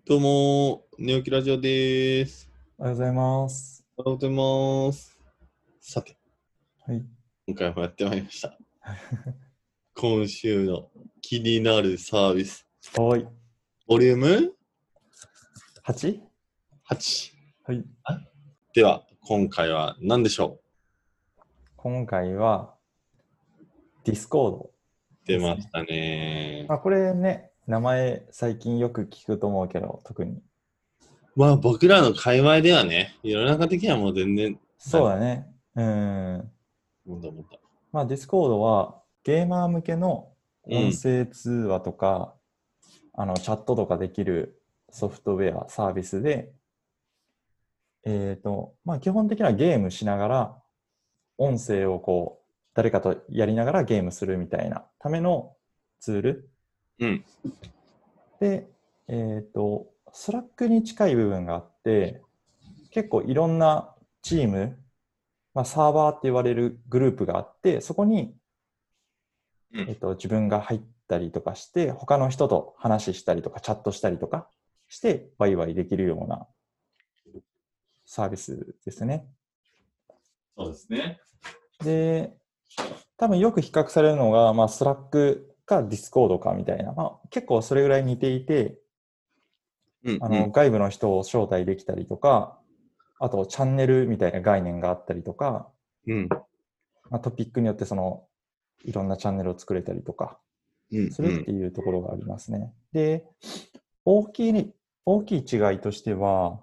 どうも、寝起きラジオです。 おはようございます。 おはようございます。さて、 はい。 今回もやってまいりました。今週の気になるサービス。 はい。 ボリューム 8？ 8。 はい。 では、今回は何でしょ今回は、ディスコードう？出ですね。 ましたね。 これね、名前最近よく聞くと思うけど、特に。 まあ、僕らの界隈ではね、世の中的にはもう全然、 そうだね。うん。 もんだもんだ。 ディスコードは、ゲーマー向けの音うん、 声通話とか、チャットとかできるソフトウェア、サービスで、基本的にはゲームしながら、音声を誰かとやりながらゲームするみたいなためのツールうん、 で、スラックに近い部分があって、結構いろんなチーム、サーバーって言われるグループがあって、そこに、 うん。 自分が入ったりとかして、他の人と話したりとか、チャットしたりとかして、ワイワイできるようなサービスですね。 そうですね。 で、多分よく比較されるのが、スラックかディスコードかみたいな、結構それぐらい似ていて、 うん、うん、 外部の人を招待できたりとか、あとチャンネルみたいな概念があったりとか、 うん、 トピックによっていろんなチャンネルを作れたりとかうん、 するっうん、 ていうところがありますね。で、大きい、大きい違いとしては、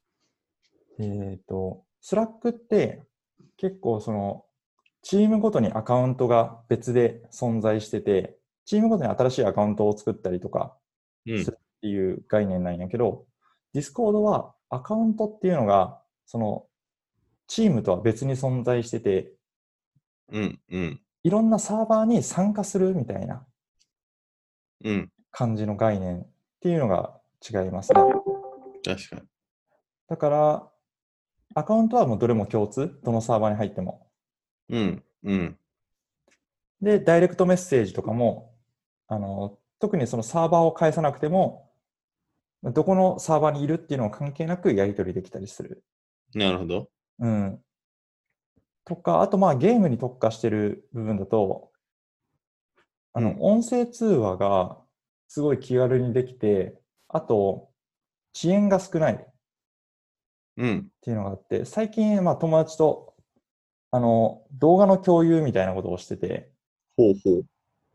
スラックって結構チームごとにアカウントが別で存在してて、チームごとに新しいアカウントを作ったりとかうん、 するっていう概念なんやけど、ディスコードはアカウントっていうのが、チームとは別に存在してて、 うん、うん、 いろんなサーバーに参加するみたいなうん。 感じの概念っていうのが違いますね。 確かに。 だから、アカウントはもうどれも共通、どのサーバーに入っても。 うん、うん、 で、ダイレクトメッセージとかも、特にそのサーバーを返さなくても、どこのサーバーにいるっていうのを関係なくやり取りできたりする。 なるほど。 うん。とか、あとゲームに特化してる部分だと、 うん、 音声通話がすごい気軽にできて、あと、遅延が少ないっうん。 ていうのがあって、最近、友達と、動画の共有みたいなことをしてて、 ほうほう。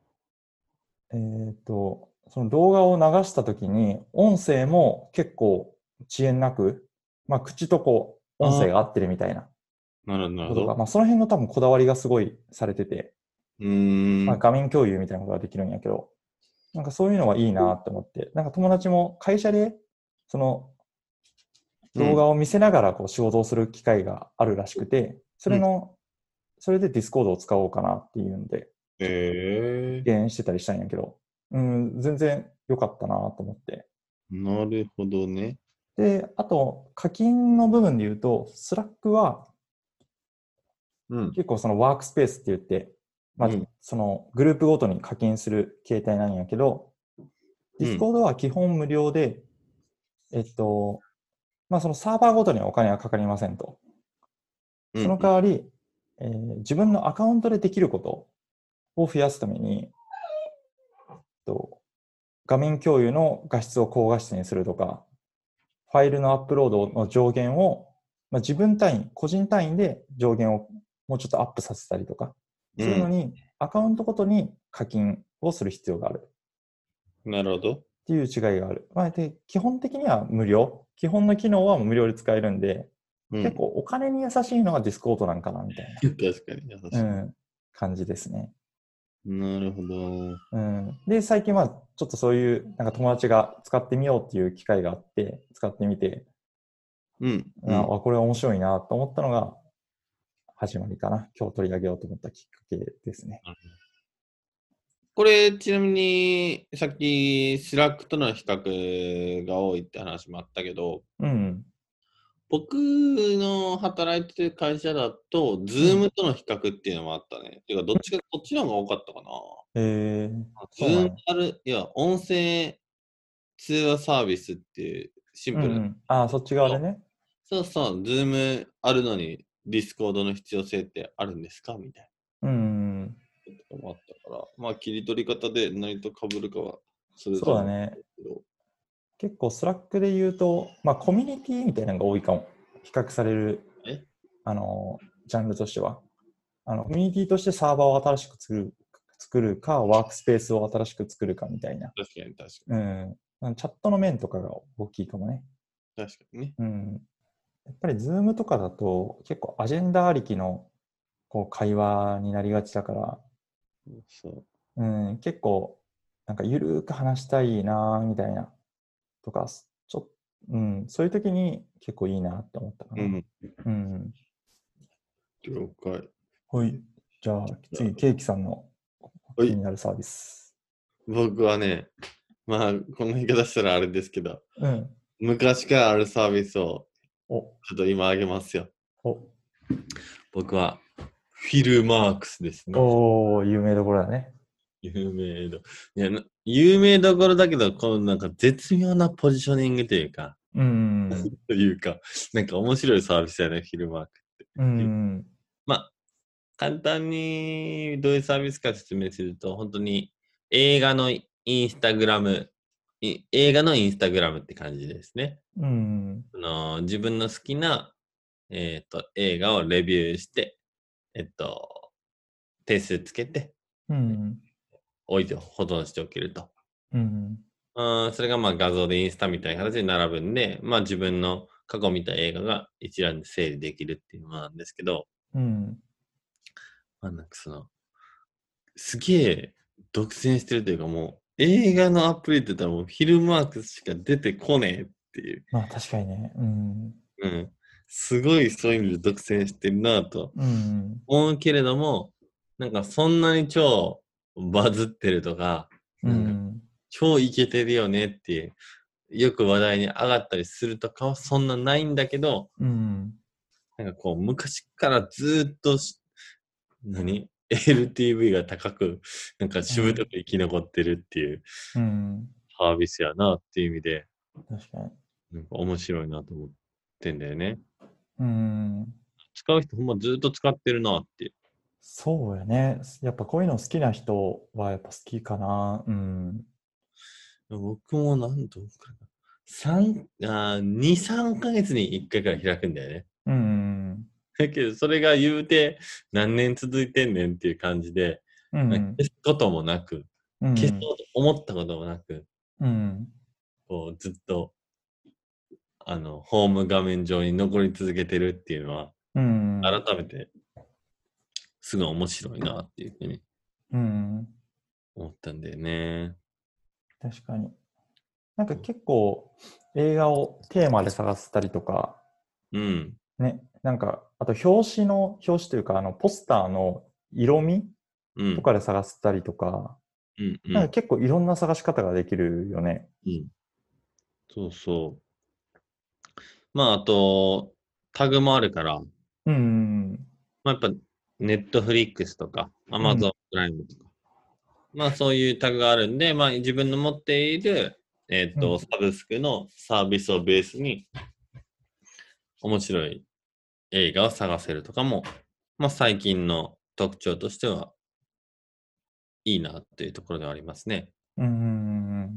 その動画を流したときに、音声も結構遅延なく、口と音ああ、 声が合ってるみたいななるほど、なることが、 ほど。 その辺の多分こだわりがすごいされてて、 うーん、 画面共有みたいなことができるんやけど、なんかそういうのはいいなって思って、なんか友達も会社で、そのうん、 動画を見せながら仕事をする機会があるらしくて、 うん。 それでディスコードを使おうかなっていうので、ちょっとえ敬遠してたりしたんやけど、全然良かったなと思って。 なるほどね。 で、あと、課金の部分で言うと、スラックはうん、 結構そのワークスペースって言って、 うん、 そのグループごとに課金する形態なんやけど、ディスうん、 コードは基本無料で、えっと、そのサーバーごとにはお金はかかりませんと。そのうん、 代わり、自分のアカウントでできることを増やすために、と画面共有の画質を高画質にするとか、ファイルのアップロードの上限を、自分単位、個人単位で上限をもうちょっとアップさせたりとか、 うん。 するのに、アカウントごとに課金をする必要があるなるほど。 っていう違いがある。で、基本的には無料。基本の機能は無料で使えるんで、 うん。 結構お金に優しいのがディスコードなんかなみたいな、 確かに優し感じですね。 い。なるほど。 で、最近ちょっとそういう、なんか友達が使ってみようっていう機会があって、使ってみて、 うん、うん。 これ面白いなと思ったのが始まりかな。今日取り上げようと思ったきっかけですね。 これ、ちなみに、さっき、スラックとの比較が多いって話もあったけど、 うん。 僕の働いてる会社だと、ズうん。 ームとの比較っていうのもあったね。てか、どっちか、こっちの方が多かったかな。 えー、 ズームそうなんや。 いや、音声通話サービスっていうシンプルな。 ああ、そっち側でね。 そうそう、ズームあるのにディスコードの必要性ってあるんですかみたいうん。 なこともあったから、まあ切り取り方で何と被るかはそれぞれなんそうだね。 ですけど。 結構スラックで言うと、まあコミュニティみたいなのが多いかも。比較される、 えジャンルとしては。コミュニティとしてサーバーを新しく作るか、ワークスペースを新しく作るかみたいな。 確かに確かうん。チャットの面とかが大きいかもね。 に。確かにね。 うん。やっぱりズームとかだと結構アジェンダありきのこう会話になりがちだから、 そう。 結構なんかゆるーく話したいなみたいなとか、そういう時に結構いいなって思ったかな。 うん。 うん。 了解。 はい。じゃあ次、ケーキさんのはい。 気になるサービス。 僕はね、まあ、この言い方したらあれですけど、 うん。 昔からあるサービスをお、 ちょっと今あげますよ。 お、 僕はフィルマークスですね。 おー、有名どころだね。 有名ど、いや、有名どころだけど、このなんか絶妙なポジショニングというか、 うん。 というか、なんか面白いサービスだね、フィルマークって。 うん。 まあ、簡単にどういうサービスか説明すると、本当に映画のインスタグラム、映画のインスタグラムって感じですね。 うん。 自分の好きな、映画をレビューして、点数つけて、 うん。 置いて保存しておけると。 うん。 それがまあ画像でインスタみたいな形で並ぶんで、まあ自分の過去見た映画が一覧で整理できるっていうものなんですけど、 うん。 まあなんかすげえ独占してるというかもう映画のアプリって言ったらもうフィルマークスしか出てこねえっていう。 まあ確かにね。うん。 うん。すごいそういう意味で独占してるなとうん。 思うけれども、なんかそんなに超バズってるとか、 うなんかん。 超イケてるよねっていう、よく話題に上がったりするとかはそんなないんだけど、 うん。 なんかこう昔からずーっとLTV が高く、なんかしぶとく生き残ってるっていううん。 サービスやなっていう意味で、 確かに。 なんか面白いなと思ってんだよね。 うん。 使う人ほんまずーっと使ってるなっていう。 そうやね。やっぱこういうの好きな人はやっぱ好きかな。うん。 僕もなんとかな。2、3ヶ月に1回から開くんだよね。 うん。 だけど、それが言うて何年続いてんねんっていう感じで、消うん。 すこともなく、消そううん。 と思ったこともなく、 うん。 こうずっと、ホーム画面上に残り続けてるっていうのは、 うん。 改めて、すごい面白いなっていうふうにうん。 思ったんだよね。 確かに。なんか結構映画をテーマで探したりとか、 うん。 ね、なんか、あと表紙というか、ポスターの色味うん。 とかで探したりとか、 うん。うん。 なんか結構いろんな探し方ができるよね。 うん。そうそう。まあ、あと、タグもあるから、 うん。 まあ、やっぱ、ネットフリックスとか、アうん。 マゾンプライムとか、まあ、そういうタグがあるんで、まあ、自分の持っている、 うん。 サブスクのサービスをベースに、面白い映画を探せるとかも、まあ、最近の特徴としてはいいなっていうところではありますね。 うん。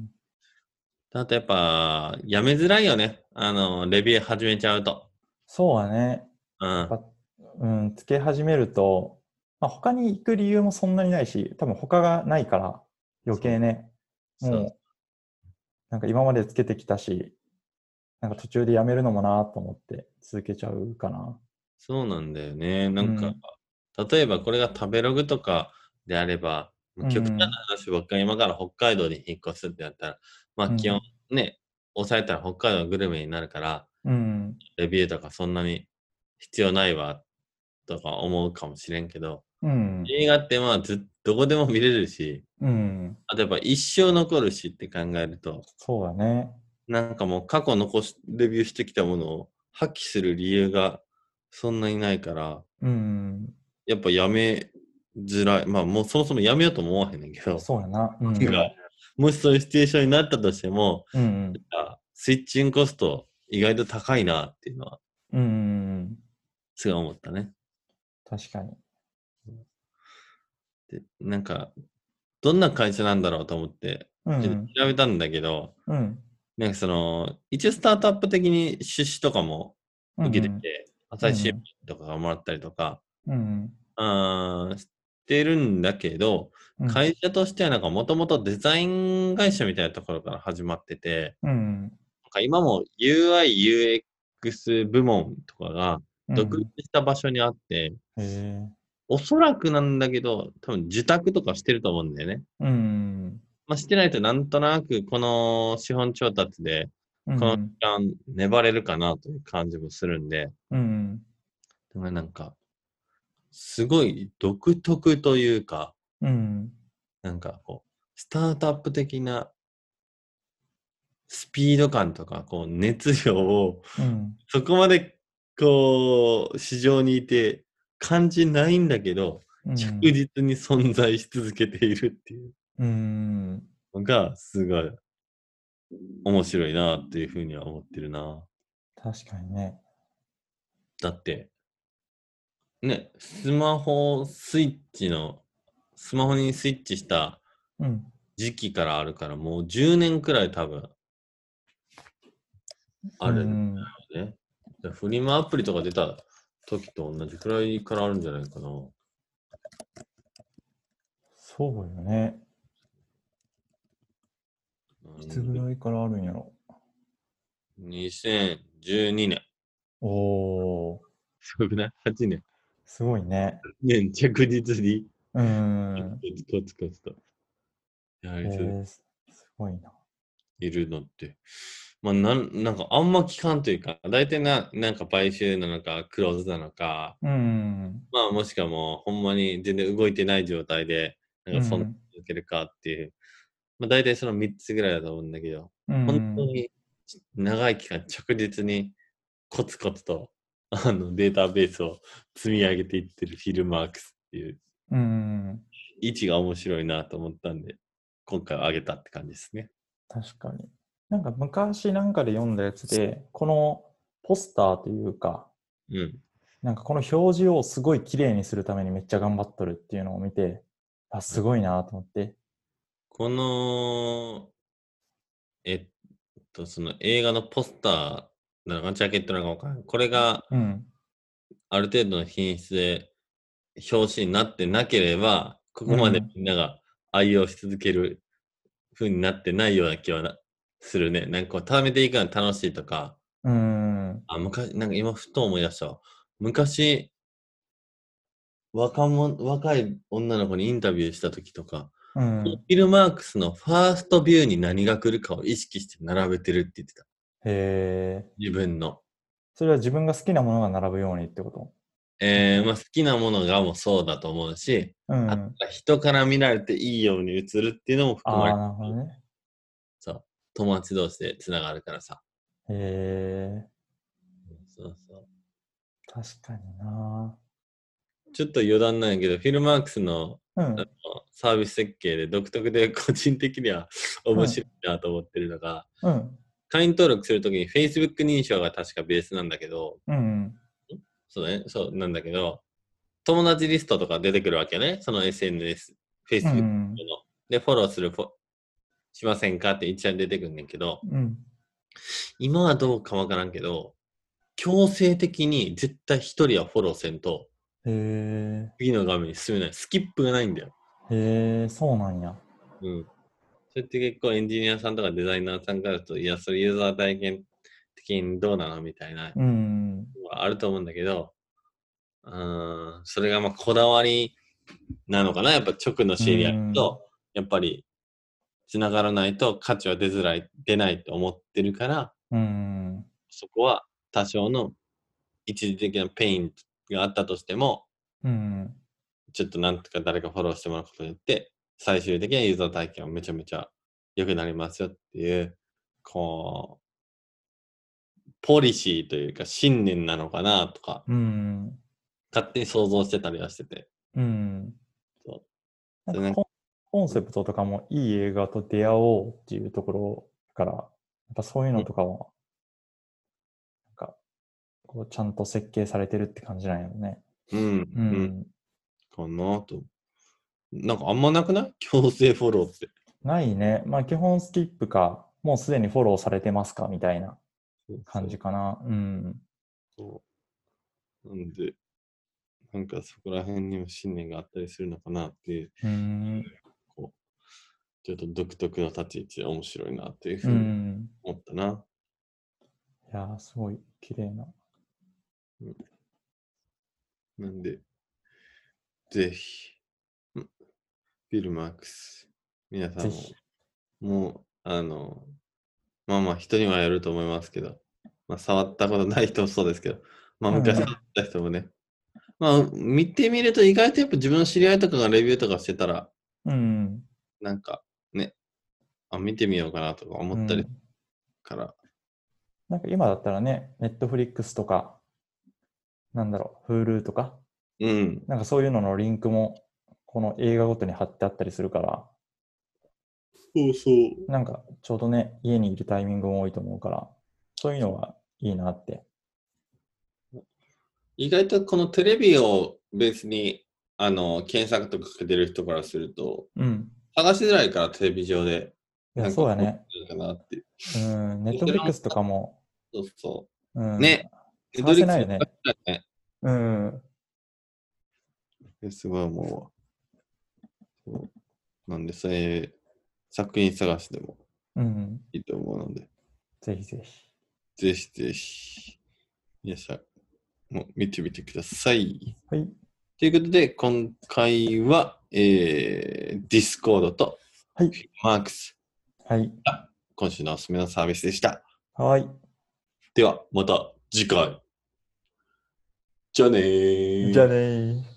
あとやっぱ、やめづらいよね。レビュー始めちゃうと。 そうだね。 うん。 やっぱ、つけ始めると、まあ、他に行く理由もそんなにないし、多分他がないから余そう。 計ね、 そう。 もうなんか今までつけてきたし、なんか途中でやめるのもなと思って続けちゃうかな。 そうなんだよね。なんか、 うん。 例えばこれが食べログとかであれば、もうう極端なん。 話ばっかり今から北海道に引っ越すってなったら、まあ基本うん。 ね、抑えたら北海道のグルメになるから、 うん。 レビューとかそんなに必要ないわとか思うかもしれんけど、 うん。 映画ってまあどこでも見れるし、 うん。 あとやっぱ一生残るしって考えると、 そうだね。 なんかもう過去レビューしてきたものを破棄する理由がそんなにないから、 うん。 やっぱやめづらい。まあもうそもそもやめようとも思わへんねんけど、 そうやな。うなんかん。 もしそういうシチュエーションになったとしても、 うん。 スイッチングコスト意外と高いなっていうのは、 うん。 すごい思ったね。 確かに。 で、なんか、どんな会社なんだろうと思って、ちょっとうん。 調べたんだけど、 うん。 なんかその、一応スタートアップ的に出資とかもうん。 受けてて、朝日新聞うん。 とかがもらったりとか、 うん。 してるんだけど、 うん。 会社としてはなんかもともとデザイン会社みたいなところから始まってて、 うん。 なんか今も UI、UX 部門とかが独立うん。 した場所にあって、 へえ。 おそらくなんだけど、多分受託とかしてると思うんだよね。 うん。 まあ、してないとなんとなくこの資本調達で、この時うん。 間粘れるかなという感じもするんで、 うん。 だからなんか、すごい独特というか、 うん。 なんかこう、スタートアップ的なスピード感とか、こう、熱量を、 うん。 そこまで、こう、市場にいて感じないんだけど、着うん。 実に存在し続けているっていううん。 のが、すごい面白いなっていうふうには思ってるな。 確かにね。 だって、ね、スマホにスイッチしたうん。 時期からあるから、もう10年くらい多分うあるんん。 だよね。フリマアプリとか出た時と同じくらいからあるんじゃないかな。 そうよね。いつぐうん、 らいからあるんやろ。 2012年。 おー、 すごくない？ 8 年。 すごいね。 年着実にうん。 コツコツとやり続けすごいな。 ているのって。まあ、なんかあんま聞かんというか、大体なんか買収なのか、クローズなのか、 うん。 まあもしくはもうほんまに全然動いてない状態で、なんかそんなうん。 続けるかっていう、まあ大体その3つぐらいだと思うんだけど、 う本当ん。 に長い期間着実にコツコツとデータベースを積み上げていってるフィルマークスっていううん。 位置が面白いなと思ったんで、今回は上げたって感じですね。 確かに。なんか昔なんかで読んだやつで、このポスターというか、 うん。 なんかこの表示をすごい綺麗にするためにめっちゃ頑張っとるっていうのを見て、あ、すごいなと思って。 この、えっその映画のポスターなのか、ジャケットなのかわからない。これがうん。 ある程度の品質で表紙になってなければ、ここまでうん。 みんなが愛用し続ける風になってないような気はするね。なんかこう、貯めていくのが楽しいとか、 うん。 昔、なんか今ふと思い出したわ。昔、若い女の子にインタビューした時とか、フうん。 ィルマークスのファーストビューに何が来るかを意識して並べてるって言ってた。 へえ。 自分の。 それは自分が好きなものが並ぶようにってこと？ まあ、好きなものがもうそうだと思うし、あとうん。 は人から見られていいように映るっていうのも含まれてああ、なるほどる。 ね。 そう。友達同士で繋がるからさ。 へえ。 そうそう。 確かにな。 ちょっと余談なんやけど、フィルマークスのあのうん。 サービス設計で独特で個人的には面白うん。 いなと思ってるのが、 うん。 会員登録するときに Facebook 認証が確かベースなんだけど、 うん。 そうね、そうなんだけど、友達リストとか出てくるわけね、その SNS、 う Facebook の。 ん。 で、フォローしませんかって一覧出てくるんだけど、 うん。 今はどうかわからんけど、強制的に絶対一人はフォローせんと、 へえ。 次の画面に進めない。スキップがないんだよ。 へえ、そうなんや。 うん。それって結構エンジニアさんとかデザイナーさんからすると、いや、それユーザー体験的にどうなのみたいなうん。 のはあると思うんだけど、それがまあこだわりなのかな。やっぱ直のうシーンにやるん。 と、やっぱり繋がらないと価値は出ないと思ってるから、 うん。 そこは多少の一時的なペインがあったとしても、 うん。 ちょっとなんとか誰かフォローしてもらうことによって、最終的なユーザー体験はめちゃめちゃ良くなりますよっていう、こう、ポリシーというか信念なのかなとか、 うん。 勝手に想像してたりはしてて。 うん。 そう。 なんかそれなんか、 コンセプトとかもいい映画と出会おうっていうところから、やっぱそういうのとかは、なんか、こうちゃんと設計されてるって感じなんやろね。 うん、 ううん、 ん。 かなと。なんかあんまなくない強制フォローって。 ないね。まあ基本スキップか、もうすでにフォローされてますかみたいなそう感じかな。うん。 なんで、なんかそこら辺にも信念があったりするのかなっていう、こう、ちょっと独特の立ち位置で面白いなっていうふうに思ったな。 いやー、すごい綺麗な。 なんで、ぜひ、ビルマークス、皆さんも、 ぜひ。 もう、まあまあ人にはやると思いますけど、まあ触ったことない人もそうですけど、まあ昔触った人もね、まあ見てみると意外とやっぱ自分の知り合いとかがレビューとかしてたら、なんかね、見てみようかなとか思ったりから。 なんか今だったらね、ネットフリックスとか、なんだろう、Hulu とか、なんかそういうののリンクも、この映画ごとに貼ってあったりするから、 そうそう。 なんかちょうどね、家にいるタイミングも多いと思うから、そういうのがいいなって。 意外とこのテレビをベースに検索とかかけてる人からすると、探しづらいからテレビ上で。 いや、そうやね。 かなって。 ネットフリックスとかも、 そうそう。ね。 探せないよね。 すごい思うわ。なんで、そういう作品探しでもいいと思うので。 ぜひぜひ。 ぜひぜひ、皆さんも見てみてください。 はい。 ということで、今回は、ディスコードと、マークス。 はい。 今週のおすすめのサービスでした。 はい。 では、また次回。じゃあねー。 じゃあねー。